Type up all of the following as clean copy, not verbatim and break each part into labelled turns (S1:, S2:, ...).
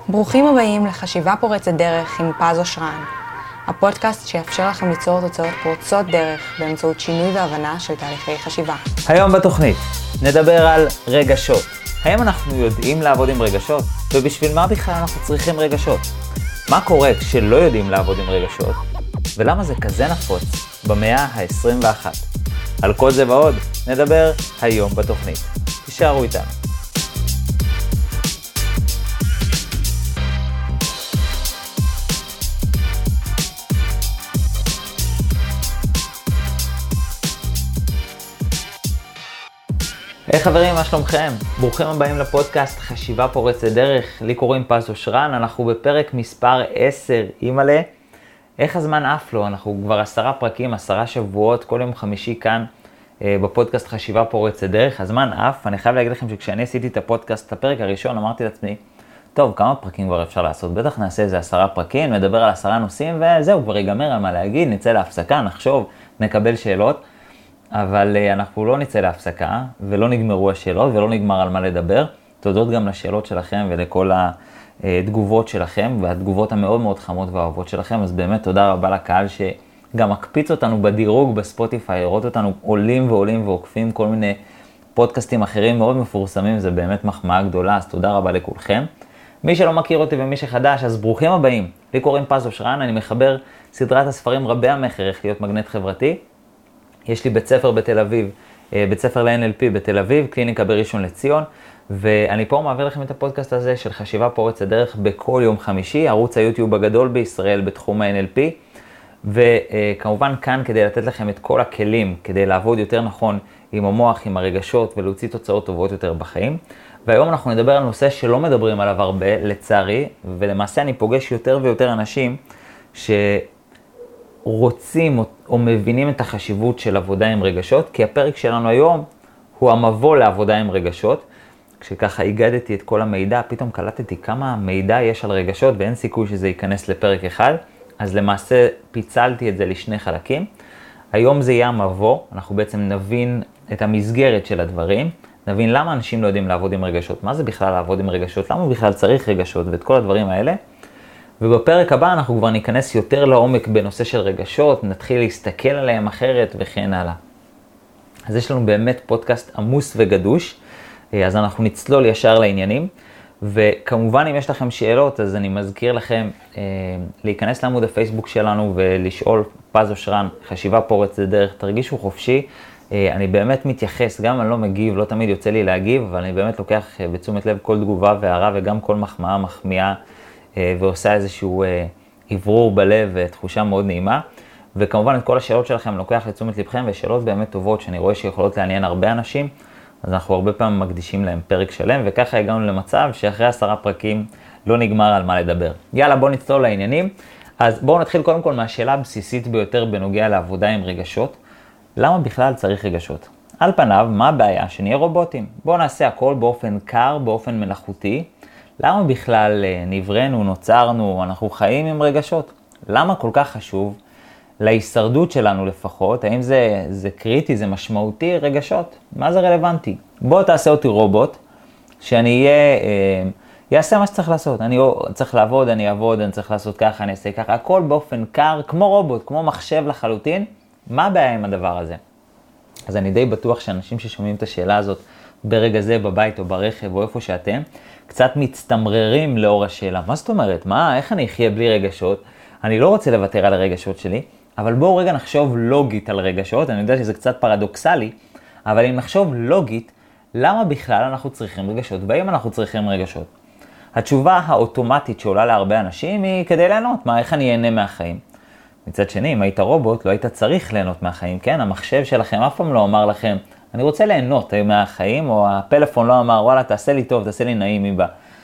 S1: ברוכים הבאים לחשיבה פורצת דרך עם פז אושרן, הפודקאסט שיאפשר לכם ליצור תוצאות פורצות דרך באמצעות שינוי והבנה של תהליכי חשיבה.
S2: היום בתוכנית נדבר על רגשות. האם אנחנו יודעים לעבוד עם רגשות? ובשביל מה בכלל אנחנו צריכים רגשות? מה קורה כשלא יודעים לעבוד עם רגשות? ולמה זה כזה נפוץ במאה ה-21? על כל זה ועוד נדבר היום בתוכנית. תישארו איתנו. היי חברים, מה שלומכם? ברוכים הבאים לפודקאסט חשיבה פורצת דרך. לי קוראים פז אושרן, אנחנו בפרק מספר 10, אימאלה. איך הזמן עף לו? אנחנו כבר 10 פרקים, 10 שבועות, כל יום חמישי כאן בפודקאסט חשיבה פורצת דרך. הזמן עף, אני חייב להגיד לכם שכשאני עשיתי את הפודקאסט, את הפרק הראשון, אמרתי לעצמי, טוב, כמה פרקים כבר אפשר לעשות? בטח נעשה איזה 10 פרקים, נדבר על 10 נושאים, וזהו, כבר ייגמר על מה להגיד, נצא להפסקה, נחשוב, נקבל שאלות. אבל אנחנו לא נצא להפסקה, ולא נגמרו השאלות, ולא נגמר על מה לדבר. תודות גם לשאלות שלכם ולכל התגובות שלכם, והתגובות המאוד מאוד חמות והאהובות שלכם. אז באמת תודה רבה לקהל שגם מקפיץ אותנו בדירוג בספוטיפיי, לראות אותנו עולים ועולים ועוקפים כל מיני פודקאסטים אחרים מאוד מפורסמים, זה באמת מחמאה גדולה, אז תודה רבה לכולכם. מי שלא מכיר אותי ומי שחדש, אז ברוכים הבאים. לי קוראים פז אושרן, אני מחבר סדרת הספרים רבי המחר, איך להיות מגנט חברתי. יש לי בית ספר בתל אביב, בית ספר ל-NLP בתל אביב, קליניקה בראשון לציון, ואני פה מעביר לכם את הפודקאסט הזה של חשיבה פורצת דרך בכל יום חמישי, ערוץ היוטיוב הגדול בישראל בתחום ה-NLP, וכמובן כאן כדי לתת לכם את כל הכלים, כדי לעבוד יותר נכון עם המוח, עם הרגשות, ולהוציא תוצאות טובות יותר בחיים. והיום אנחנו נדבר על נושא שלא מדברים עליו הרבה, לצערי, ולמעשה אני פוגש יותר ויותר אנשים רוצים או מבינים את החשיבות של עבודה עם רגשות, כי הפרק שלנו היום הוא המבוא לעבודה עם רגשות. כשככה הגדתי את כל המידע, פתאום קלטתי כמה מידע יש על רגשות, ואין סיכוי שזה ייכנס לפרק אחד, אז למעשה פיצלתי את זה לשני חלקים. היום זה יהיה המבוא, אנחנו בעצם נבין את המסגרת של הדברים, נבין למה אנשים לא יודעים לעבוד עם רגשות, מה זה בכלל לעבוד עם רגשות, למה בכלל צריך רגשות ואת כל הדברים האלה. ובפרק הבא אנחנו כבר ניכנס יותר לעומק בנושא של רגשות, נתחיל להסתכל עליהם אחרת וכן הלאה. אז יש לנו באמת פודקאסט עמוס וגדוש, אז אנחנו נצלול ישר לעניינים, וכמובן אם יש לכם שאלות, אז אני מזכיר לכם להיכנס לעמוד הפייסבוק שלנו ולשאול פז אושרן, חשיבה פורצת דרך, תרגישו חופשי, אני באמת מתייחס, גם אני לא מגיב, לא תמיד יוצא לי להגיב, אבל אני באמת לוקח בתשומת לב כל תגובה והערה וגם כל מחמאה מחמיאה, ועושה איזשהו עברור בלב ותחושה מאוד נעימה. וכמובן את כל השאלות שלכם לוקח לתשומת לבכם, ושאלות באמת טובות שאני רואה שיכולות לעניין הרבה אנשים, אז אנחנו הרבה פעמים מקדישים להם פרק שלם, וככה הגענו למצב שאחרי 10 פרקים לא נגמר על מה לדבר. יאללה, בואו נצלול לעניינים. אז בואו נתחיל קודם כל מהשאלה הבסיסית ביותר בנוגע לעבודה עם רגשות. למה בכלל צריך רגשות? על פניו, מה הבעיה? שנהיה רובוטים. בואו נעשה הכל באופן קר, באופן מלאכותי. למה בכלל נברנו, נוצרנו, אנחנו חיים עם רגשות? למה כל כך חשוב להישרדות שלנו לפחות? האם זה קריטי, זה משמעותי, רגשות? מה זה רלוונטי? בוא תעשה אותי רובוט, שאני יעשה מה שצריך לעשות. אני צריך לעבוד, אני אעבוד, אני צריך לעשות ככה, אני אעשה ככה. הכל באופן קר, כמו רובוט, כמו מחשב לחלוטין. מה הבעיה עם הדבר הזה? אז אני די בטוח שאנשים ששומעים את השאלה הזאת ברגע זה בבית או ברכב או איפה שאתם, קצת מצטמררים לאור השאלה. מה זאת אומרת? איך אני אחיה בלי רגשות? אני לא רוצה לוותר על הרגשות שלי, אבל בואו רגע נחשוב לוגית על רגשות. אני יודע שזה קצת פרדוקסלי, אבל אם נחשוב לוגית, למה בכלל אנחנו צריכים רגשות? והאם אנחנו צריכים רגשות? התשובה האוטומטית שעולה להרבה אנשים היא כדי ליהנות. איך אני אהנה מהחיים? מצד שני, אם היית רובוט, לא היית צריך ליהנות מהחיים, כן? המחשב שלכם אף פעם לא אמר לכם, אני רוצה ליהנות מהחיים, או הפלאפון לא אמר, וואלה, תעשה לי טוב, תעשה לי נעים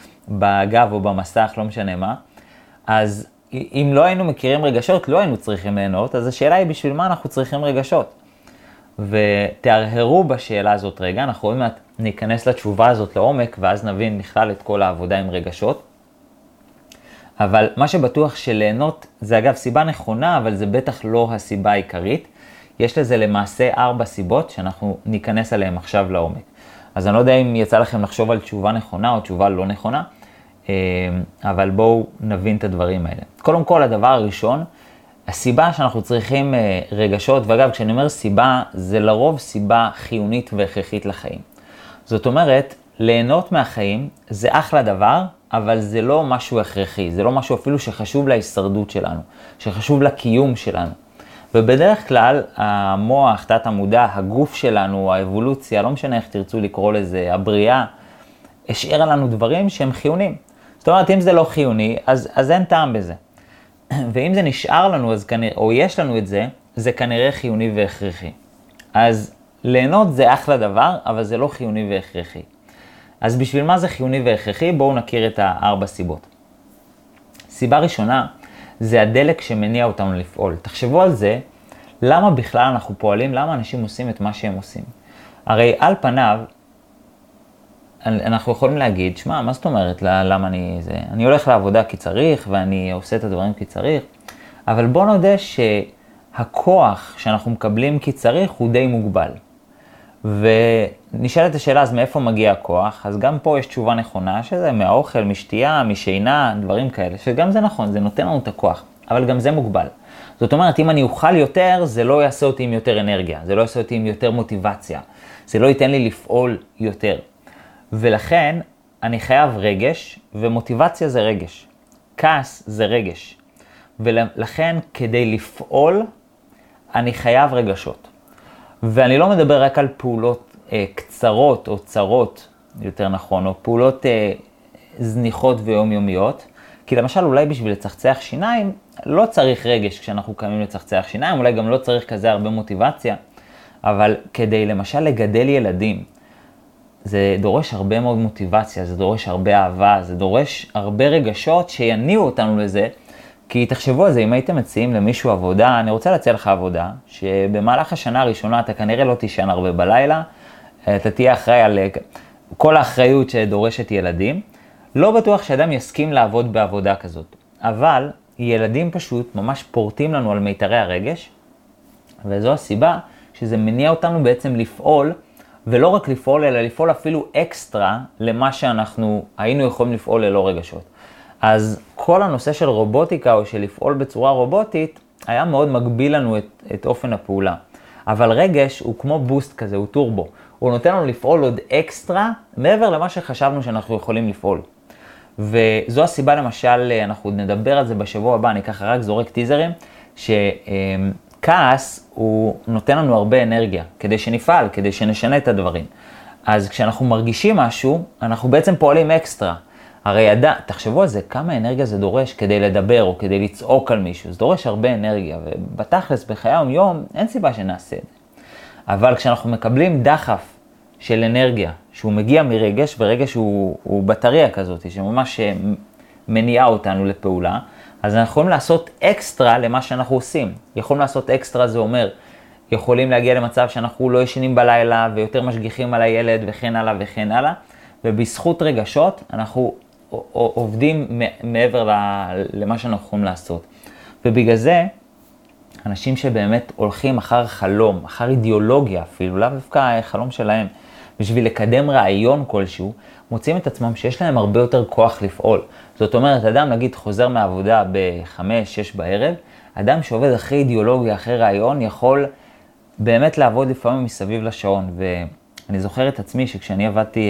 S2: בגב או במסך, לא משנה מה. אז אם לא היינו מכירים רגשות, לא היינו צריכים ליהנות, אז השאלה היא בשביל מה אנחנו צריכים רגשות. ותהרהרו בשאלה הזאת רגע, אנחנו עוד מעט ניכנס לתשובה הזאת לעומק, ואז נבין בכלל את כל העבודה עם רגשות. אבל מה שבטוח שליהנות זה אגב סיבה נכונה, אבל זה בטח לא הסיבה העיקרית. יש לזה למעשה 4 סיבות שאנחנו ניכנס עליהן עכשיו לעומק. אז אני לא יודע אם יצא לכם לחשוב על תשובה נכונה או תשובה לא נכונה. אבל בואו נבין את הדברים האלה. קודם כל, הדבר הראשון, הסיבה שאנחנו צריכים רגשות, ואגב, כשאני אומר סיבה, זה לרוב סיבה חיונית והכרחית לחיים. זאת אומרת, ליהנות מהחיים זה אחלה דבר, אבל זה לא משהו הכרחי, זה לא משהו אפילו שחשוב להישרדות שלנו, שחשוב לקיום שלנו. ובדרך כלל, המוח, תת המודע, הגוף שלנו, האבולוציה, לא משנה איך תרצו לקרוא לזה, הבריאה, השאירה לנו דברים שהם חיוניים. זאת אומרת, אם זה לא חיוני, אז אין טעם בזה. ואם זה נשאר לנו, או יש לנו את זה, זה כנראה חיוני והכרחי. אז ליהנות זה אחלה דבר, אבל זה לא חיוני והכרחי. אז בשביל מה זה חיוני והכרחי? בואו נכיר את 4 סיבות. סיבה ראשונה, זה הדלק שמניע אותנו לפעול. תחשבו על זה, למה בכלל אנחנו פועלים, למה אנשים עושים את מה שהם עושים. הרי על פניו, אנחנו יכולים להגיד, שמע, מה זאת אומרת, למה אני הולך לעבודה כי צריך, ואני עושה את הדברים כי צריך, אבל בוא נודה שהכוח שאנחנו מקבלים כי צריך הוא די מוגבל. ונשאלת השאלה, אז מאיפה מגיע הכוח? אז גם פה יש תשובה נכונה, שזה מהאוכל, משתייה, משינה, דברים כאלה, שגם זה נכון, זה נותן לנו את הכוח, אבל גם זה מוגבל. זאת אומרת, אם אני אוכל יותר, זה לא יעשה אותי עם יותר אנרגיה, זה לא יעשה אותי עם יותר מוטיבציה, זה לא ייתן לי לפעול יותר. ולכן אני חייב רגש, ומוטיבציה זה רגש. כעס זה רגש. ולכן כדי לפעול, אני חייב רגשות. ואני לא מדבר רק על פעולות קצרות או צרות, יותר נכון, או פעולות זניחות ויומיומיות. כי למשל, אולי בשביל לצחצח שיניים, לא צריך רגש כשאנחנו קמים לצחצח שיניים, אולי גם לא צריך כזה הרבה מוטיבציה. אבל כדי למשל לגדל ילדים, זה דורש הרבה מאוד מוטיבציה, זה דורש הרבה אהבה, זה דורש הרבה רגשות שיניעו אותנו לזה, כי תחשבו על זה, אם הייתם מציעים למישהו עבודה, אני רוצה להציע לך עבודה, שבמהלך השנה הראשונה אתה כנראה לא תישן הרבה בלילה, אתה תהיה אחראי על כל האחריות שדורשת ילדים, לא בטוח שאדם יסכים לעבוד בעבודה כזאת, אבל ילדים פשוט ממש פורטים לנו על מיתרי הרגש, וזו הסיבה שזה מניע אותנו בעצם לפעול, ולא רק לפעול, אלא לפעול אפילו אקסטרה למה שאנחנו היינו יכולים לפעול ללא רגשות. אז כל הנושא של רובוטיקה או של לפעול בצורה רובוטית, היה מאוד מגביל לנו את אופן הפעולה. אבל רגש הוא כמו בוסט כזה, הוא טורבו. הוא נותן לנו לפעול עוד אקסטרה, מעבר למה שחשבנו שאנחנו יכולים לפעול. וזו הסיבה למשל, אנחנו נדבר על זה בשבוע הבא, אני ככה רק זורק טיזרים, כעס הוא נותן לנו הרבה אנרגיה, כדי שנפעל, כדי שנשנה את הדברים. אז כשאנחנו מרגישים משהו, אנחנו בעצם פועלים אקסטרה. הרי תחשבו על זה, כמה אנרגיה זה דורש כדי לדבר או כדי לצעוק על מישהו. זה דורש הרבה אנרגיה, ובתכלס בחיי היום אין סיבה שנעשה את זה. אבל כשאנחנו מקבלים דחף של אנרגיה, שהוא מגיע מרגש, ורגש הוא בטריה כזאת, שממש מניעה אותנו לפעולה, אז אנחנו יכולים לעשות אקסטרה למה שאנחנו עושים. יכולים לעשות אקסטרה, זה אומר, יכולים להגיע למצב שאנחנו לא ישנים בלילה, ויותר משגיחים על הילד, וכן הלאה וכן הלאה. ובזכות רגשות, אנחנו עובדים מעבר למה שאנחנו יכולים לעשות. ובגלל זה, אנשים שבאמת הולכים אחר חלום, אחר אידיאולוגיה אפילו, לאו דווקא חלום שלהם, בשביל לקדם רעיון כלשהו, מוצאים את עצמם שיש להם הרבה יותר כוח לפעול. זאת אומרת, אדם נגיד חוזר מהעבודה ב-5-6 בערב, אדם שעובד אחרי אידיאולוגיה, אחרי רעיון, יכול באמת לעבוד לפעמים מסביב לשעון. ואני זוכר את עצמי שכשאני עבדתי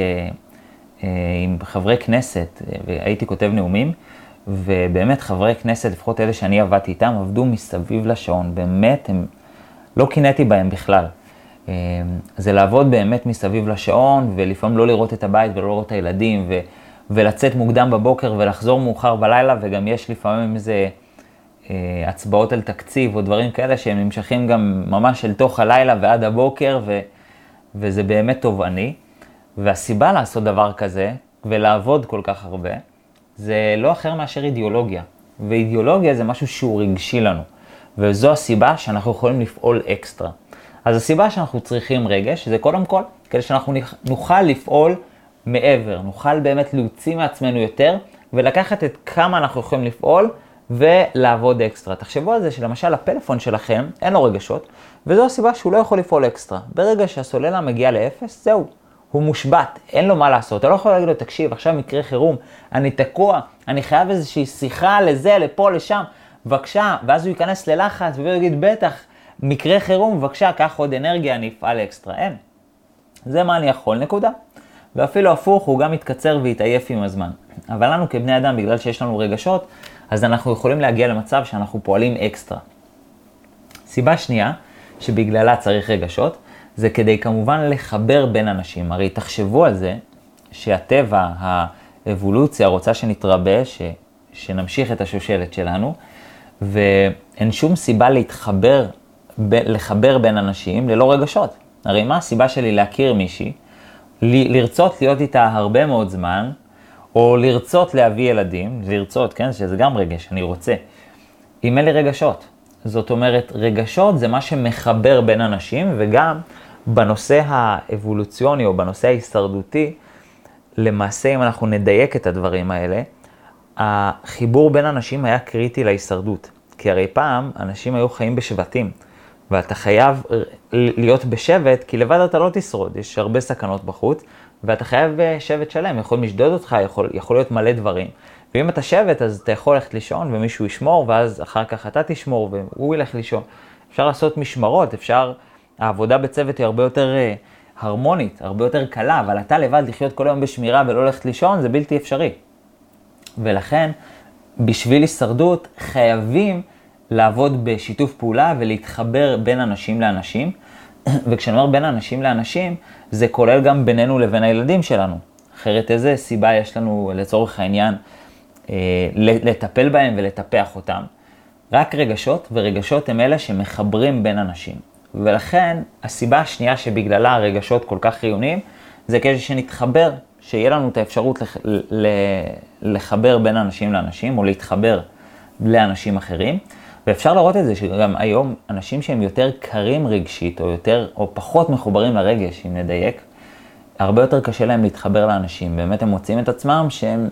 S2: עם חברי כנסת, והייתי כותב נאומים, ובאמת חברי כנסת, לפחות אלה שאני עבדתי איתם, עבדו מסביב לשעון. באמת, הם לא קינאתי בהם בכלל. זה לעבוד באמת מסביב לשעון, ולפעמים לא לראות את הבית ולא לראות את הילדים, ולצאת מוקדם בבוקר ולחזור מאוחר בלילה, וגם יש לפעמים איזה הצבעות על תקציב או דברים כאלה שהם נמשכים גם ממש אל תוך הלילה ועד הבוקר, וזה באמת תובעני. והסיבה לעשות דבר כזה ולעבוד כל כך הרבה, זה לא אחר מאשר אידיאולוגיה. ואידיאולוגיה זה משהו שהוא רגשי לנו, וזו הסיבה שאנחנו יכולים לפעול אקסטרה. אז הסיבה שאנחנו צריכים רגש, זה קודם כל, כדי שאנחנו נוכל לפעול מעבר, נוכל באמת להוציא מעצמנו יותר, ולקחת את כמה אנחנו יכולים לפעול, ולעבוד אקסטרה. תחשבו על זה שלמשל הפלאפון שלכם, אין לו רגשות, וזו הסיבה שהוא לא יכול לפעול אקסטרה. ברגע שהסוללה מגיעה לאפס, זהו. הוא מושבת, אין לו מה לעשות. אתה לא יכול להגיד לו, תקשיב, עכשיו מקרה חירום, אני תקוע, אני חייב איזושהי שיחה לזה, לפה, לשם, בבקשה, ואז הוא ייכנס ללחץ, והוא יגיד, בטח, מקרה חירום, בבקשה, קח עוד אנרגיה, אני אפעל אקסטרה. אין. זה מה אני יכול, נקודה. ואפילו הפוך, הוא גם מתקצר ויתעייף עם הזמן. אבל לנו כבני אדם, בגלל שיש לנו רגשות, אז אנחנו יכולים להגיע למצב שאנחנו פועלים אקסטרה. סיבה שנייה, שבגללה צריך רגשות, זה כדי כמובן לחבר בין אנשים. הרי תחשבו על זה שהטבע, האבולוציה רוצה שנתרבה, שנמשיך את השושלת שלנו, ואין שום סיבה לחבר בין אנשים ללא רגשות. הרי מה הסיבה שלי להכיר מישהי? לרצות להיות איתה הרבה מאוד זמן, או לרצות להביא ילדים, לרצות, כן, שזה גם רגש, אני רוצה. אם אין לי רגשות. זאת אומרת, רגשות זה מה שמחבר בין אנשים, וגם בנושא האבולוציוני או בנושא ההישרדותי, למעשה אם אנחנו נדייק את הדברים האלה, החיבור בין אנשים היה קריטי להישרדות. כי הרי פעם אנשים היו חיים בשבטים, ואתה חייב להיות בשבט, כי לבד אתה לא תשרוד, יש הרבה סכנות בחוץ, ואתה חייב שבט שלם, יכול לשדוד אותך, יכול להיות מלא דברים. ואם אתה שבט, אז אתה יכול ללכת לישון, ומישהו ישמור, ואז אחר כך אתה תשמור, והוא ילך לישון. אפשר לעשות משמרות, העבודה בצוות היא הרבה יותר הרמונית, הרבה יותר קלה, אבל אתה לבד לחיות כל היום בשמירה ולא ללכת לישון, זה בלתי אפשרי. ולכן, בשביל הישרדות, חייבים לעבוד בשיתוף פעולה ולהתחבר בין אנשים לאנשים. וכשאני אומר בין אנשים לאנשים, זה כולל גם בינינו לבין הילדים שלנו. אחרת איזה סיבה יש לנו לצורך העניין לטפל בהם ולטפח אותם. רק רגשות, ורגשות הם אלה שמחברים בין אנשים. ולכן הסיבה השנייה שבגללה הרגשות כל כך חיוניים, זה כדי שנתחבר, שיהיה לנו את האפשרות לחבר בין אנשים לאנשים, או להתחבר לאנשים אחרים. ואפשר לראות את זה שגם היום אנשים שהם יותר קרים רגשית, או פחות מחוברים לרגש, אם נדייק, הרבה יותר קשה להם להתחבר לאנשים. באמת הם מוצאים את עצמם שהם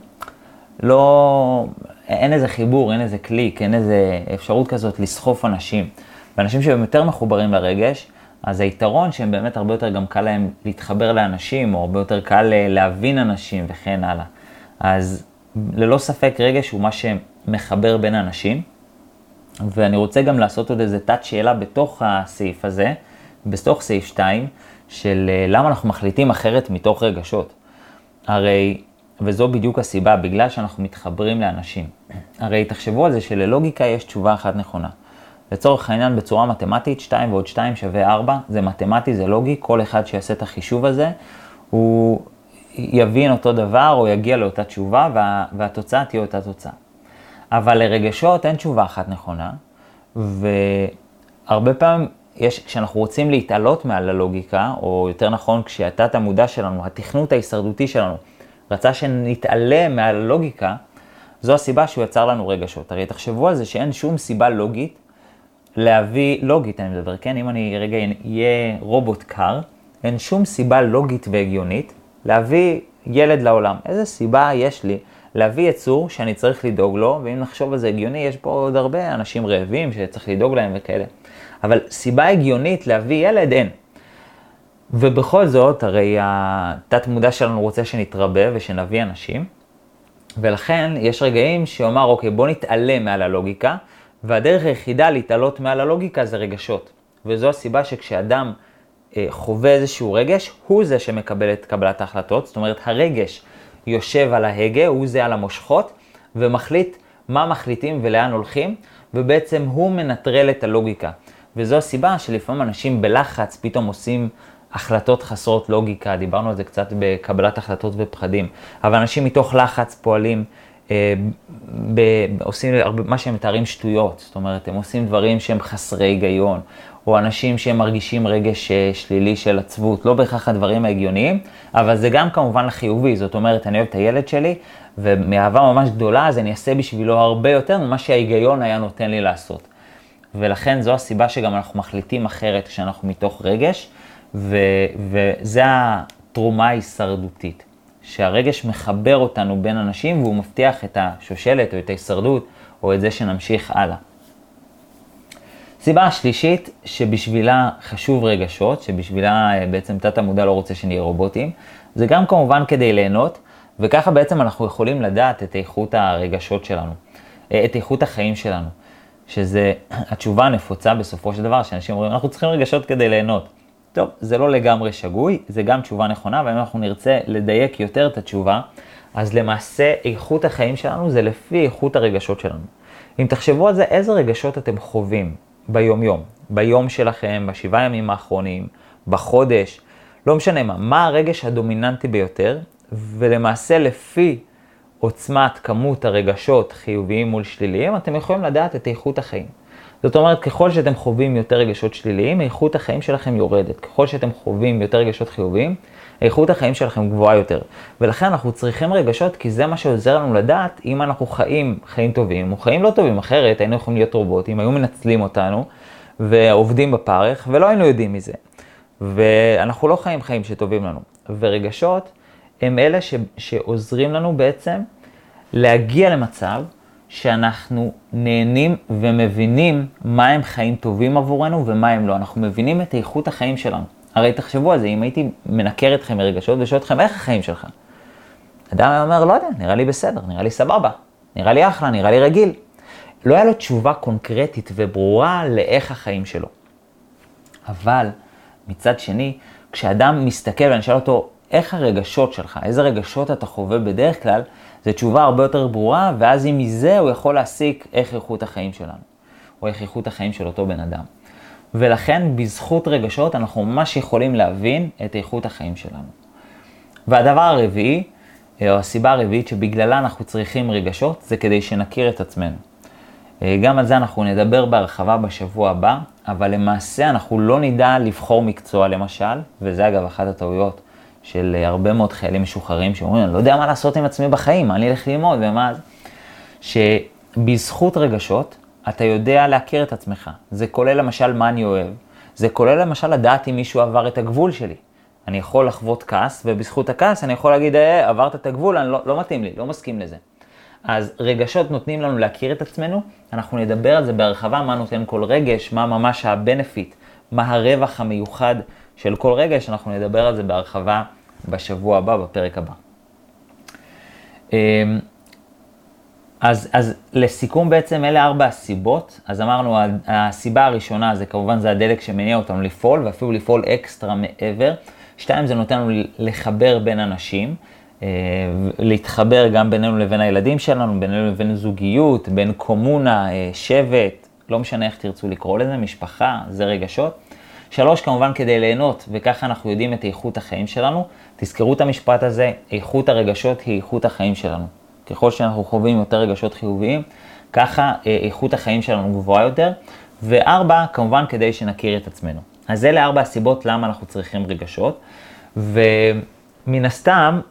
S2: אין איזה חיבור, אין איזה קליק, אין איזה אפשרות כזאת לסחוף אנשים. ואנשים שהם יותר מחוברים לרגש, אז היתרון שהם באמת הרבה יותר גם קל להם להתחבר לאנשים, או הרבה יותר קל להבין אנשים וכן הלאה. אז ללא ספק רגש הוא מה שמחבר בין אנשים. ואני רוצה גם לעשות עוד איזה תת שאלה בתוך הסעיף הזה, בתוך סעיף 2, של למה אנחנו מחליטים אחרת מתוך רגשות. הרי, וזו בדיוק הסיבה, בגלל שאנחנו מתחברים לאנשים. הרי תחשבו על זה שללוגיקה יש תשובה אחת נכונה. לצורך העניין בצורה מתמטית, 2 ועוד 2 שווה 4, זה מתמטי, זה לוגי, כל אחד שיעשה את החישוב הזה, הוא יבין אותו דבר או יגיע לאותה תשובה, והתוצאה תהיה אותה תוצאה. אבל לרגשות אין תשובה אחת נכונה, והרבה פעמים כשאנחנו רוצים להתעלות מעל הלוגיקה, או יותר נכון כשהתת המודע שלנו, התכנות ההישרדותי שלנו, רצה שנתעלם מעל הלוגיקה, זו הסיבה שהוא יצר לנו רגשות. הרי תחשבו על זה שאין שום סיבה לוגית לוגית אני מדבר, כן? אם אני רגע אהיה רובוט קר, אין שום סיבה לוגית והגיונית להביא ילד לעולם. איזה סיבה יש לי להביא יצור שאני צריך לדאוג לו, ואם נחשוב על זה הגיוני, יש פה עוד הרבה אנשים רעבים שצריך לדאוג להם וכאלה. אבל סיבה הגיונית להביא ילד אין. ובכל זאת, הרי התת מודע שלנו רוצה שנתרבה ושנביא אנשים, ולכן יש רגעים שאומר, אוקיי, בוא נתעלם מעל הלוגיקה, והדרך היחידה להתעלות מעל הלוגיקה זה רגשות. וזו הסיבה שכשאדם חווה איזשהו רגש, הוא זה שמקבל את קבלת ההחלטות. זאת אומרת, הרגש יושב על ההגה, הוא זה על המושכות, ומחליט מה מחליטים ולאן הולכים, ובעצם הוא מנטרל את הלוגיקה. וזו הסיבה שלפעמים אנשים בלחץ פתאום עושים החלטות חסרות לוגיקה, דיברנו על זה קצת בקבלת החלטות ופחדים, אבל אנשים מתוך לחץ פועלים, עושים מה שהם מתארים שטויות, זאת אומרת, הם עושים דברים שהם חסרי היגיון, או אנשים שהם מרגישים רגש שלילי של עצבות, לא בהכרח הדברים ההגיוניים, אבל זה גם כמובן לחיובי, זאת אומרת, אני אוהב את הילד שלי, ומאהבה ממש גדולה, אז אני אעשה בשבילו הרבה יותר ממה שההיגיון היה נותן לי לעשות. ולכן זו הסיבה שגם אנחנו מחליטים אחרת כשאנחנו מתוך רגש, וזה התרומה ההישרדותית, שהרגש מחבר אותנו בין אנשים, והוא מבטיח את השושלת או את ההישרדות, או את זה שנמשיך הלאה. סיבה השלישית שבשבילה חשוב רגשות, שבשבילה בעצם תת המודע לא רוצה שנהיה רובוטים, זה גם כמובן כדי ליהנות, וככה בעצם אנחנו יכולים לדעת את איכות הרגשות שלנו, את איכות החיים שלנו, שזה התשובה הנפוצה בסופו של דבר, שאנשים אומרים, אנחנו צריכים רגשות כדי ליהנות. טוב, זה לא לגמרי שגוי, זה גם תשובה נכונה, ואם אנחנו נרצה לדייק יותר את התשובה, אז למעשה איכות החיים שלנו זה לפי איכות הרגשות שלנו. אם תחשבו על זה, איזה רגשות אתם חווים ביום-יום, ביום שלכם, בשבעה ימים האחרונים, בחודש, לא משנה מה הרגש הדומיננטי ביותר, ולמעשה לפי עוצמת כמות הרגשות חיוביים מול שליליים, אתם יכולים לדעת את איכות החיים. זאת אומרת, ככל שאתם חווים יותר רגשות שליליים, איכות החיים שלכם יורדת. ככל שאתם חווים יותר רגשות חיוביים, איכות החיים שלכם גבוהה יותר. ולכן אנחנו צריכים רגשות, כי זה מה שעוזר לנו לדעת אם אנחנו חיים טובים או חיים לא טובים. אחרת היינו יכולים להיות רובוטים, היו מנצלים אותנו ועובדים בפרך, ולא היינו יודעים מזה. ואנחנו לא חיים שטובים לנו. ורגשות הם אלה שעוזרים לנו בעצם להגיע למצב שאנחנו נהנים ומבינים מה הם חיים טובים עבורנו ומה הם לא. אנחנו מבינים את איכות החיים שלנו. הרי תחשבו על זה, אם הייתי מנקר אתכם מרגשות ושואל אתכם איך החיים שלך. אדם אומר, לא יודע, נראה לי בסדר, נראה לי סבבה, נראה לי אחלה, נראה לי רגיל. לא היה לו תשובה קונקרטית וברורה לאיך החיים שלו. אבל מצד שני, כשאדם מסתכל ואני שואל אותו, איך הרגשות שלך, איזה רגשות אתה חווה בדרך כלל, זו תשובה הרבה יותר ברורה, ואז אם מזה הוא יכול להסיק איך איכות החיים שלנו, או איך איכות החיים של אותו בן אדם. ולכן בזכות רגשות אנחנו ממש יכולים להבין את איכות החיים שלנו. והדבר הרביעי, או הסיבה הרביעית שבגללה אנחנו צריכים רגשות, זה כדי שנכיר את עצמנו. גם על זה אנחנו נדבר בהרחבה בשבוע הבא, אבל למעשה אנחנו לא נדע לבחור מקצוע למשל, וזה אגב אחת הטעויות של הרבה מאוד חיילים משוחררים שאומרים, אני לא יודע מה לעשות עם עצמי בחיים, מה אני הולך ללמוד ומה זה. שבזכות רגשות אתה יודע להכיר את עצמך. זה כולל למשל מה אני אוהב, זה כולל למשל לדעת אם מישהו עבר את הגבול שלי. אני יכול לחוות כעס, ובזכות הכעס אני יכול להגיד, עברת את הגבול, אני לא מתאים לי, לא מסכים לזה. אז רגשות נותנים לנו להכיר את עצמנו, אנחנו נדבר על זה בהרחבה, מה נותן כל רגש, מה ממש הבנפיט, מה הרווח המיוחד של כל רגש, אנחנו נדבר על זה בהרחבה בשבוע הבא, בפרק הבא. אז לסיכום בעצם אלה 4 הסיבות. אז אמרנו, הסיבה הראשונה זה כמובן זה הדלק שמניע אותנו לפעול, ואפילו לפעול אקסטרה מעבר. 2 זה נותן לנו לחבר בין אנשים, להתחבר גם בינינו לבין הילדים שלנו, בינינו לבין זוגיות, בין קומונה, שבט, לא משנה איך תרצו לקרוא לזה, משפחה, זה רגשות. 3 כמובן כדי ליהנות, וככה אנחנו יודעים את איכות החיים שלנו. תזכרו את המשפט הזה, איכות הרגשות היא איכות החיים שלנו. ככל שאנחנו חווים יותר רגשות חיוביים, ככה איכות החיים שלנו גבוהה יותר. 4 כמובן כדי שנכיר את עצמנו. אז אלה 4 הסיבות למה אנחנו צריכים רגשות. ומן הסתם,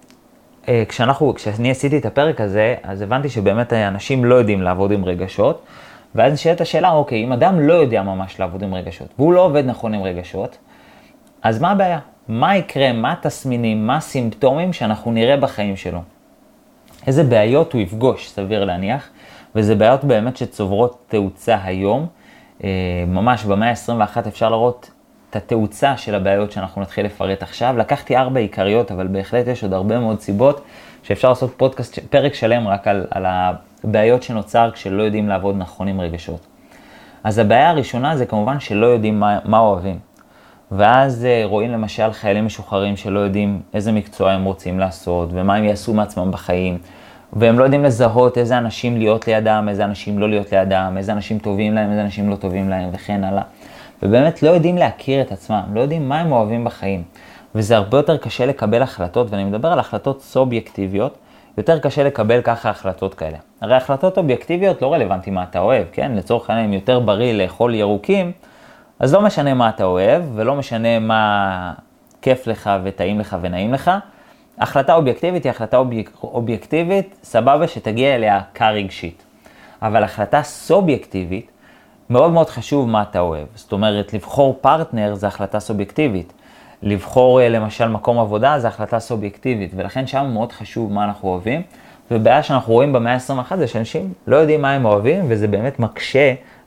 S2: כשאני עשיתי את הפרק הזה, אז הבנתי שבאמת אנשים לא יודעים לעבוד עם רגשות. ואז נשאלת השאלה, אוקיי, אם אדם לא יודע ממש לעבוד עם רגשות, והוא לא עובד נכון עם רגשות, אז מה הבעיה? מה יקרה, מה התסמינים, מה הסימפטומים שאנחנו נראה בחיים שלו? איזה בעיות הוא יפגוש, סביר להניח, וזה בעיות באמת שצוברות תאוצה היום. ממש במאה ה-21 אפשר לראות את התאוצה של הבעיות שאנחנו נתחיל לפרט עכשיו. לקחתי 4 עיקריות, אבל בהחלט יש עוד הרבה מאוד סיבות שאפשר לעשות פודקאסט, פרק שלם רק על הבעיות שנוצר כשלא יודעים לעבוד נכון עם רגשות. אז הבעיה הראשונה זה כמובן שלא יודעים מה אוהבים. ואז רואים למשל חיילים משוחררים שלא יודעים איזה מקצוע הם רוצים לעשות, ומה הם יעשו מעצמם בחיים, והם לא יודעים לזהות איזה אנשים להיות לידם, איזה אנשים לא להיות לידם, איזה אנשים טובים להם, איזה אנשים לא טובים להם, וכן הלאה. ובאמת לא יודעים להכיר את עצמם, לא יודעים מה הם אוהבים בחיים. וזה הרבה יותר קשה לקבל החלטות, ואני מדבר על החלטות סובייקטיביות, יותר קשה לקבל ככה החלטות כאלה. הרי החלטות אובייקטיביות לא רלוונטי מה אתה אוהב, כן? לצורך העניין יותר בריא לאכול ירוקים, אז לא משנה מה אתה אוהב, ולא משנה מה כיף לך וטעים לך ונעים לך. החלטה אובייקטיבית היא החלטה אובייקטיבית, סבבה שתגיע אליה כרגשית. אבל החלטה סובייקטיבית, מאוד מאוד חשוב מה אתה אוהב. זאת אומרת, לבחור פרטנר זה החלטה סובייקטיבית. לבחור למשל מקום עבודה זה החלטה סובייקטיבית, ולכן שם מאוד חשוב מה אנחנו אוהבים. ובעיה שאנחנו רואים במאה ה-21 זה שאנשים לא יודעים מה הם אוהבים, וזה באמת מקשה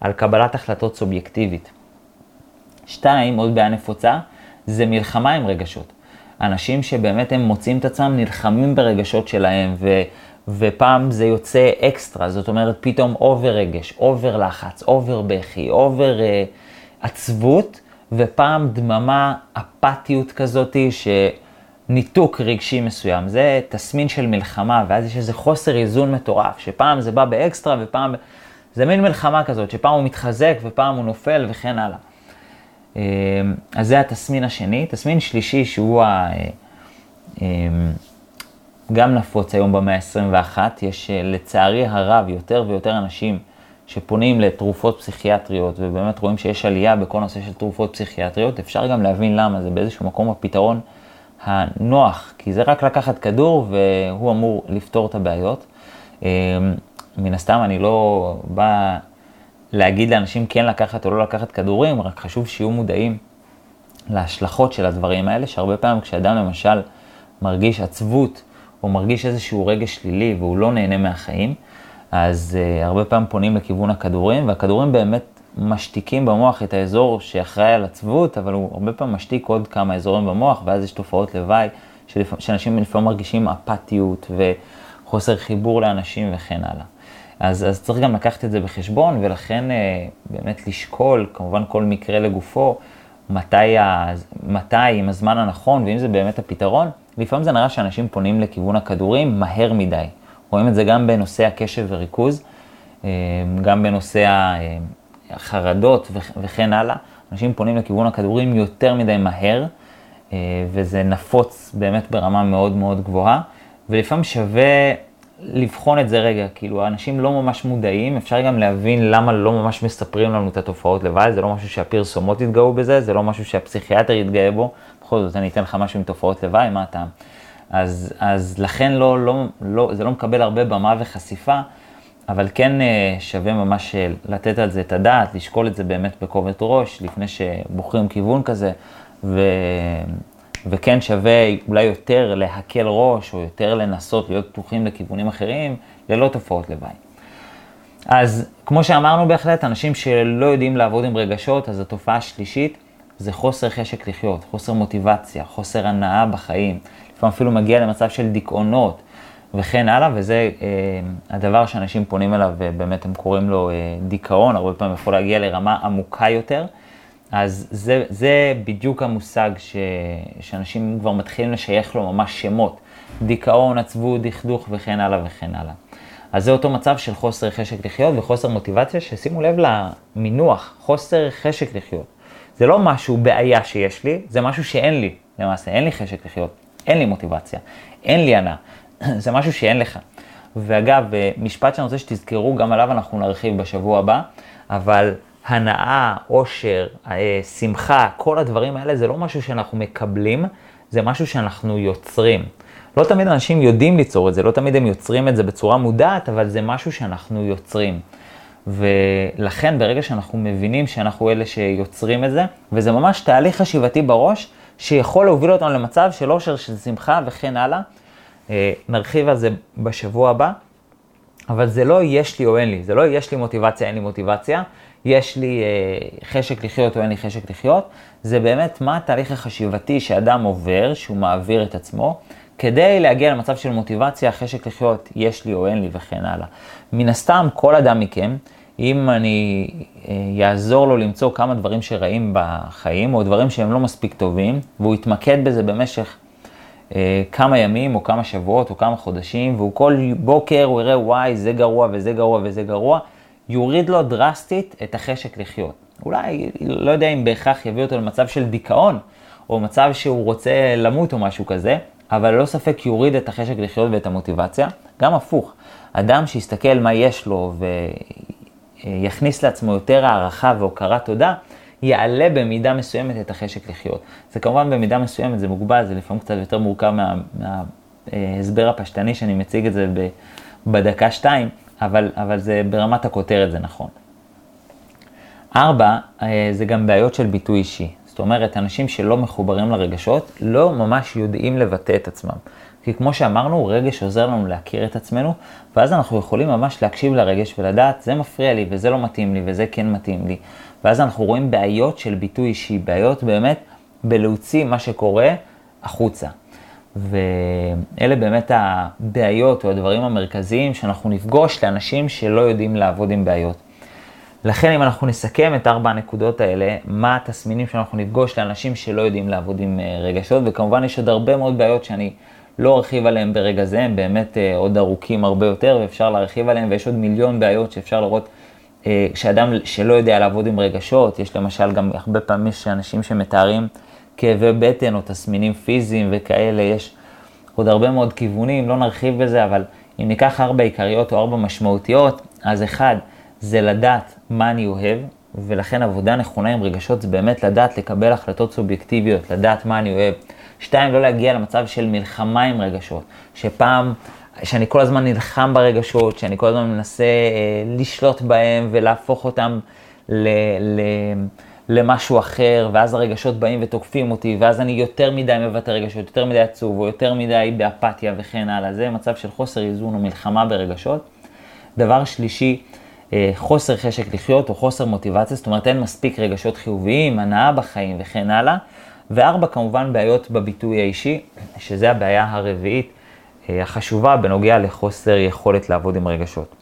S2: על קבלת החלטות סובייקטיבית. 2, עוד בעיה נפוצה, זה מלחמה עם רגשות. אנשים שבאמת הם מוצאים את עצמם נלחמים ברגשות שלהם, ופעם זה יוצא אקסטרה, זאת אומרת פתאום אובר רגש, אובר לחץ, אובר בכי, אובר עצבות, ופעם דממה, אפתיות כזאת, שניתוק רגשי מסוים. זה תסמין של מלחמה, ואז יש איזה חוסר איזון מטורף, שפעם זה בא באקסטרה, ופעם זה מין מלחמה כזאת, שפעם הוא מתחזק, ופעם הוא נופל, וכן הלאה. אז זה התסמין השני. תסמין שלישי, שהוא גם נפוץ היום במאה ה-21, יש לצערי הרב יותר ויותר אנשים שפונים לתרופות פסיכיאטריות, ובאמת רואים שיש עלייה בכל נושא של תרופות פסיכיאטריות. אפשר גם להבין למה, זה באיזשהו מקום הפתרון הנוח, כי זה רק לקחת כדור והוא אמור לפתור את הבעיות. מן הסתם אני לא בא להגיד לאנשים כן לקחת או לא לקחת כדורים, רק חשוב שיהיו מודעים להשלכות של הדברים האלה, שהרבה פעמים כשאדם למשל מרגיש עצבות, או מרגיש איזשהו רגש שלילי והוא לא נהנה מהחיים, אז הרבה פעמים פונים לכיוון הכדורים, והכדורים באמת משתיקים במוח את האזור שאחראי על עצבות, אבל הוא הרבה פעמים משתיק עוד כמה אזורים במוח, ואז יש תופעות לוואי שאנשים לפעמים מרגישים אפתיות וחוסר חיבור לאנשים וכן הלאה. אז צריך גם לקחת את זה בחשבון, ולכן באמת לשקול, כמובן כל מקרה לגופו, מתי עם הזמן הנכון, ואם זה באמת הפתרון. לפעמים זה נראה שאנשים פונים לכיוון הכדורים מהר מדי. רואים את זה גם בנושא הקשב וריכוז, גם בנושא החרדות וכן הלאה. אנשים פונים לכיוון הכדורים יותר מדי מהר, וזה נפוץ באמת ברמה מאוד מאוד גבוהה, ולפעמים שווה לבחון את זה רגע, כאילו האנשים לא ממש מודעים, אפשר גם להבין למה לא ממש מספרים לנו את התופעות לוואי, זה לא משהו שהפרסומות יתגאו בזה, זה לא משהו שהפסיכיאטר יתגאה בו, בכל זאת אני אתן לך משהו עם תופעות לוואי, מה אתה? אז לכן זה לא מקבל הרבה במה וחשיפה, אבל כן שווה ממש לתת על זה את הדעת, לשקול את זה באמת בכובד ראש, לפני שבוחרים כיוון כזה, וכן שווה אולי יותר להקל ראש, או יותר לנסות להיות פתוחים לכיוונים אחרים, ללא תופעות לוואי. אז כמו שאמרנו בהחלט, אנשים שלא יודעים לעבוד עם רגשות, אז התופעה השלישית זה חוסר חשק לחיות, חוסר מוטיבציה, חוסר הנאה בחיים. לפעמים אפילו מגיע למצב של דיכאונות וכן הלאה, וזה הדבר שאנשים פונים אליו, ובאמת הם קוראים לו דיכאון, הרבה פעמים יכול להגיע לרמה עמוקה יותר. אז זה בדיוק המושג שאנשים כבר מתחילים לשייך לו ממש שמות. דיכאון, עצבות, דכדוך וכן הלאה וכן הלאה. אז זה אותו מצב של חוסר חשק לחיות וחוסר מוטיבציה, ששימו לב למינוח, חוסר חשק לחיות. זה לא משהו בעיה שיש לי, זה משהו שאין לי. למעשה, אין לי חשק לחיות, אין לי מוטיבציה, אין לי הנאה. זה משהו שאין לך. ואגב, משפט שאני רוצה שתזכרו, גם עליו אנחנו נרחיב בשבוע הבא, אבל הנאה, עושר, שמחה, כל הדברים האלה זה לא משהו שאנחנו מקבלים, זה משהו שאנחנו יוצרים. לא תמיד אנשים יודעים ליצור את זה, לא תמיד הם יוצרים את זה בצורה מודעת, אבל זה משהו שאנחנו יוצרים. ולכן ברגע שאנחנו מבינים שאנחנו אלה שיוצרים את זה, וזה ממש תהליך חשיבתי בראש, שיכול להוביל אותנו למצב של עושר, של שמחה וכן הלאה. נרחיב על זה בשבוע הבא, אבל זה לא יש לי או אין לי, זה לא יש לי מוטיבציה, אין לי מוטיבציה, יש לי חשק לחיות או אין לי חשק לחיות, זה באמת מה התהליך החשיבתי שאדם עובר, שהוא מעביר את עצמו, כדי להגיע למצב של מוטיבציה, חשק לחיות, יש לי או אין לי וכן הלאה. מן הסתם, כל אדם מכם, אם אני יעזור לו למצוא כמה דברים שרעים בחיים, או דברים שהם לא מספיק טובים, והוא יתמקד בזה במשך כמה ימים, או כמה שבועות, או כמה חודשים, והוא כל בוקר הוא יראה, וואי, זה גרוע וזה גרוע וזה גרוע, יוריד לו דרסטית את החשק לחיות. אולי, לא יודע אם בהכרח יביא אותו למצב של דיכאון, או מצב שהוא רוצה למות או משהו כזה, אבל לא ספק יוריד את החשק לחיות ואת המוטיבציה. גם הפוך, אדם שיסתכל מה יש לו ויכניס לעצמו יותר הערכה והוקרת תודה, יעלה במידה מסוימת את החשק לחיות. זה כמובן במידה מסוימת, זה מוגבל, זה לפעמים קצת יותר מורכב מההסבר הפשטני שאני מציג את זה בדקה 2, אבל זה ברמת הכותרת זה נכון. 4, זה גם בעיות של ביטוי אישי. זאת אומרת, אנשים שלא מחוברים לרגשות, לא ממש יודעים לבטא את עצמם. כי כמו שאמרנו, רגש עוזר לנו להכיר את עצמנו, ואז אנחנו יכולים ממש להקשיב לרגש ולדעת, זה מפריע לי וזה לא מתאים לי וזה כן מתאים לי. ואז אנחנו רואים בעיות של ביטוי אישי, בעיות באמת בלהוציא מה שקורה החוצה. ואלה באמת הבעיות או הדברים המרכזיים שאנחנו נפגוש לאנשים שלא יודעים לעבוד עם בעיות. לכן אם אנחנו נסכם את 4 הנקודות האלה, מה התסמינים שאנחנו נפגוש לאנשים שלא יודעים לעבוד עם רגשות, וכמובן יש עוד הרבה מאוד בעיות שאני לא ארחיב עליהם ברגע זה, הם באמת עוד ארוכים הרבה יותר ואפשר להרחיב עליהם, ויש עוד מיליון בעיות שאפשר לראות שאדם שלא יודע לעבוד עם רגשות, יש למשל גם הרבה פעמים שאנשים שמתארים כאבי בטן או תסמינים פיזיים וכאלה, יש עוד הרבה מאוד כיוונים, לא נרחיב בזה, אבל אם ניקח 4 עיקריות או 4 משמעותיות, אז 1 זה לדעת מה אני אוהב, ולכן עבודה נכונה עם רגשות זה באמת לדעת לקבל החלטות סובייקטיביות, לדעת מה אני אוהב. 2, לא להגיע למצב של מלחמה עם רגשות, שאני כל הזמן נלחם ברגשות, שאני כל הזמן מנסה לשלוט בהם ולהפוך אותם למשהו אחר, ואז הרגשות באים ותוקפים אותי, ואז אני יותר מדי מבטא רגשות, יותר מדי עצוב, או יותר מדי באפתיה וכן הלאה. זה מצב של חוסר איזון או מלחמה ברגשות. דבר שלישי, חוסר חשק לחיות או חוסר מוטיבציה, זאת אומרת אין מספיק רגשות חיוביים, הנאה בחיים וכן הלאה. 4, כמובן בעיות בביטוי האישי, שזה הבעיה הרביעית החשובה בנוגע לחוסר יכולת לעבוד עם רגשות.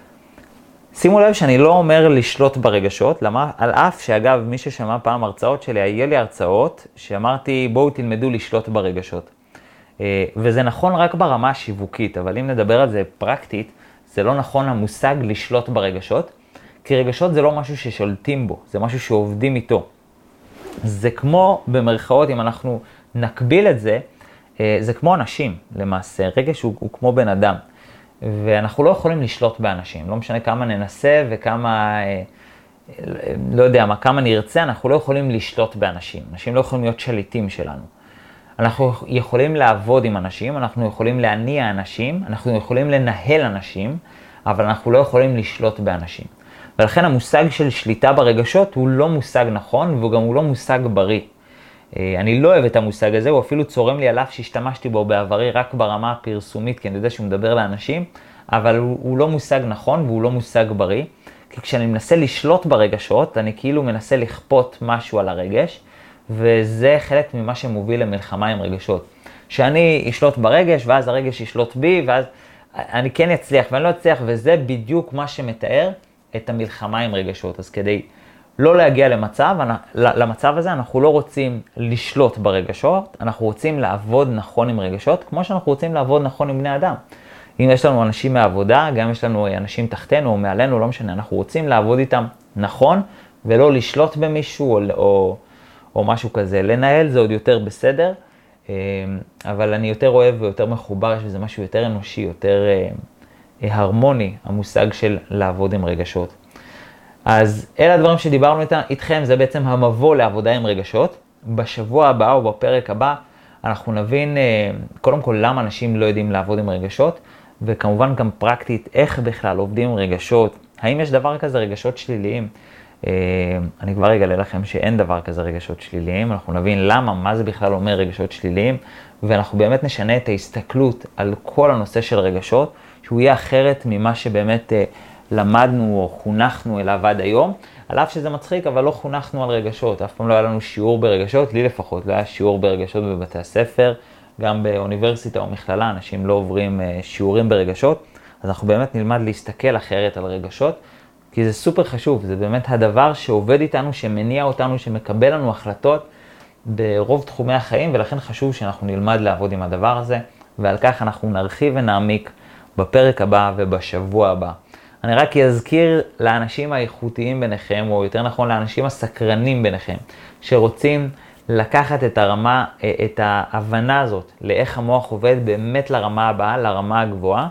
S2: שימו לב שאני לא אומר לשלוט ברגשות, על אף שאגב מי ששמע פעם הרצאות שלי, היה לי הרצאות שאמרתי בואו תלמדו לשלוט ברגשות. וזה נכון רק ברמה השיווקית, אבל אם נדבר על זה פרקטית, זה לא נכון המושג לשלוט ברגשות, כי רגשות זה לא משהו ששולטים בו, זה משהו שעובדים איתו. זה כמו במרכאות, אם אנחנו נקביל את זה, זה כמו אנשים למעשה, רגש הוא כמו בן אדם. ואנחנו לא יכולים לשלוט באנשים, לא משנה כמה ננסה וכמה, לא יודע מה, כמה נרצה, אנחנו לא יכולים לשלוט באנשים. אנשים לא יכולים להיות שליטים שלנו. אנחנו יכולים לעבוד עם אנשים, אנחנו יכולים להניע אנשים, אנחנו יכולים לנהל אנשים, אבל אנחנו לא יכולים לשלוט באנשים. ולכן המושג של שליטה ברגשות הוא לא מושג נכון, וגם הוא לא מושג בריא. אני לא אוהב את המושג הזה, הוא אפילו צורם לי עליו שהשתמשתי בו בעברי רק ברמה הפרסומית, כי אני יודע שהוא מדבר לאנשים, אבל הוא לא מושג נכון והוא לא מושג בריא. כי כשאני מנסה לשלוט ברגשות, אני כאילו מנסה לכפות משהו על הרגש, וזה חלק ממה שמוביל למלחמה עם רגשות. שאני אשלוט ברגש, ואז הרגש ישלוט בי, ואז אני כן אצליח ואני לא אצליח, וזה בדיוק מה שמתאר את המלחמה עם רגשות. אז כדי לא להגיע למצב הזה, אנחנו לא רוצים לשלוט ברגשות, אנחנו רוצים לעבוד נכון עם רגשות, כמו שאנחנו רוצים לעבוד נכון עם בני אדם. אם יש לנו אנשים מהעבודה, גם יש לנו אנשים תחתנו או מעלינו, לא משנה, אנחנו רוצים לעבוד איתם נכון, ולא לשלוט במישהו או משהו כזה. לנהל זה עוד יותר בסדר, אבל אני יותר אוהב ויותר מחובר, שזה משהו יותר אנושי, יותר הרמוני, המושג של לעבוד עם רגשות. אז אלה הדברים שדיברנו איתכם, זה בעצם המבוא לעבודה עם רגשות. בשבוע הבא או בפרק הבא אנחנו נבין קודם כל למה אנשים לא יודעים לעבוד עם רגשות, וכמובן גם פרקטית איך בכלל עובדים עם רגשות. האם יש דבר כזה רגשות שליליים? אני כבר אגלה לכם שאין דבר כזה רגשות שליליים, אנחנו נבין למה, מה זה בכלל אומר רגשות שליליים, ואנחנו באמת נשנה את ההסתכלות על כל הנושא של רגשות, שהוא יהיה אחרת ממה שבאמת למדנו או חונכנו אליו עד היום, על אף שזה מצחיק, אבל לא חונכנו על רגשות, אף פעם לא היה לנו שיעור ברגשות, לי לפחות לא היה שיעור ברגשות בבתי הספר, גם באוניברסיטה או מכללה, אנשים לא עוברים שיעורים ברגשות, אז אנחנו באמת נלמד להסתכל אחרת על רגשות, כי זה סופר חשוב, זה באמת הדבר שעובד איתנו, שמניע אותנו, שמקבל לנו החלטות ברוב תחומי החיים, ולכן חשוב שאנחנו נלמד לעבוד עם הדבר הזה, ועל כך אנחנו נרחיב ונעמיק בפרק הבא ובשבוע הבא. אני רק אזכיר לאנשים האיכותיים ביניכם, או יותר נכון לאנשים הסקרנים ביניכם, שרוצים לקחת את הרמה, את ההבנה הזאת, לאיך המוח עובד באמת לרמה הבאה, לרמה הגבוהה.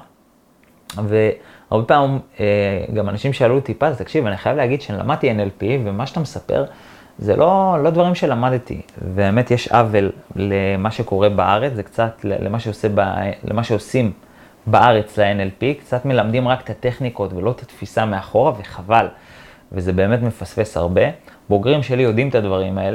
S2: והרבה פעמים גם אנשים שאלו אותי, פז, תקשיב, אני חייב להגיד שאני NLP, ומה שאתה מספר, זה לא דברים שלמדתי. ובאמת יש עוול למה שקורה בארץ, זה קצת למה שעושים בארץ ל-NLP, קצת מלמדים רק את הטכניקות ולא את התפיסה מאחורה, וחבל. וזה באמת מפספס הרבה. בוגרים שלי יודעים את הדברים האלה,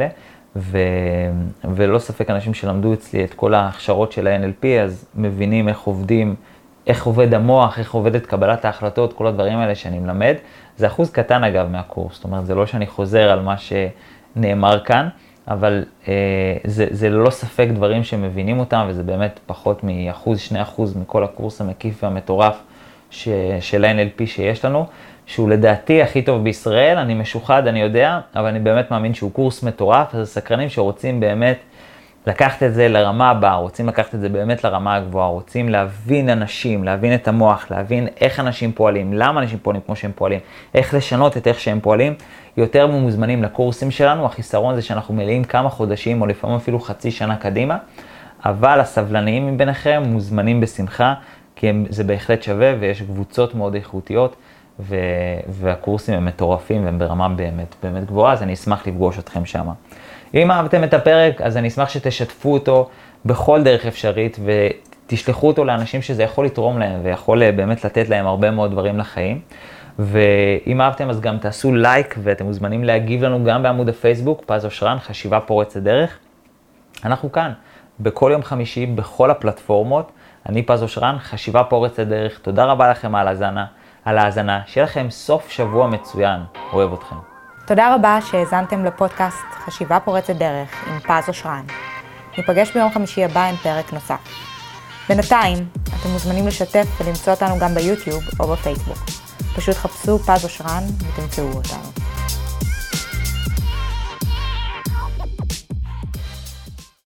S2: ולא ספק אנשים שלמדו אצלי את כל ההכשרות של ה-NLP, אז מבינים איך עובדים, איך עובד המוח, איך עובדת קבלת ההחלטות, כל הדברים האלה שאני מלמד. זה אחוז קטן אגב מהקורס, זאת אומרת, זה לא שאני חוזר על מה שנאמר כאן, אבל זה לא ספק דברים שמבינים אותם, וזה באמת פחות מ1%-2% מכל הקורס המקיף והמטורף של ה-NLP שיש לנו, שהוא לדעתי הכי טוב בישראל, אני משוחד, אני יודע, אבל אני באמת מאמין שהוא קורס מטורף, אז הסקרנים שרוצים באמת לקחת את זה לרמה הבאה, רוצים לקחת את זה באמת לרמה הגבוהה, רוצים להבין אנשים, להבין את המוח, להבין איך אנשים פועלים, למה אנשים פועלים כמו שהם פועלים, איך לשנות את איך שהם פועלים, יותר מוזמנים לקורסים שלנו. החיסרון זה שאנחנו מלאים כמה חודשים או לפעמים אפילו חצי שנה קדימה, אבל הסבלניים מביניכם מוזמנים בשמחה, כי זה בהחלט שווה ויש קבוצות מאוד איכותיות, והקורסים הם מטורפים והם ברמה באמת גבוהה, אז אני אשמח לפגוש אתכם שם. אם אהבתם את הפרק, אז אני אשמח שתשתפו אותו בכל דרך אפשרית, ותשלחו אותו לאנשים שזה יכול לתרום להם, ויכול באמת לתת להם הרבה מאוד דברים לחיים. ואם אהבתם, אז גם תעשו לייק, ואתם מוזמנים להגיב לנו גם בעמוד הפייסבוק, פז אושרן, חשיבה פורצת דרך. אנחנו כאן, בכל יום חמישי, בכל הפלטפורמות. אני פז אושרן, חשיבה פורצת דרך. תודה רבה לכם על ההאזנה. שיהיה לכם סוף שבוע מצוין. אוהב אתכם.
S1: תודה רבה שהאזנתם לפודקאסט חשיבה פורצת דרך עם פז אושרן. ניפגש ביום חמישי הבא עם פרק נוסף. בינתיים, אתם מוזמנים לשתף ולמצוא אותנו גם ביוטיוב או בפייסבוק. פשוט חפשו פז אושרן ותמצאו אותנו.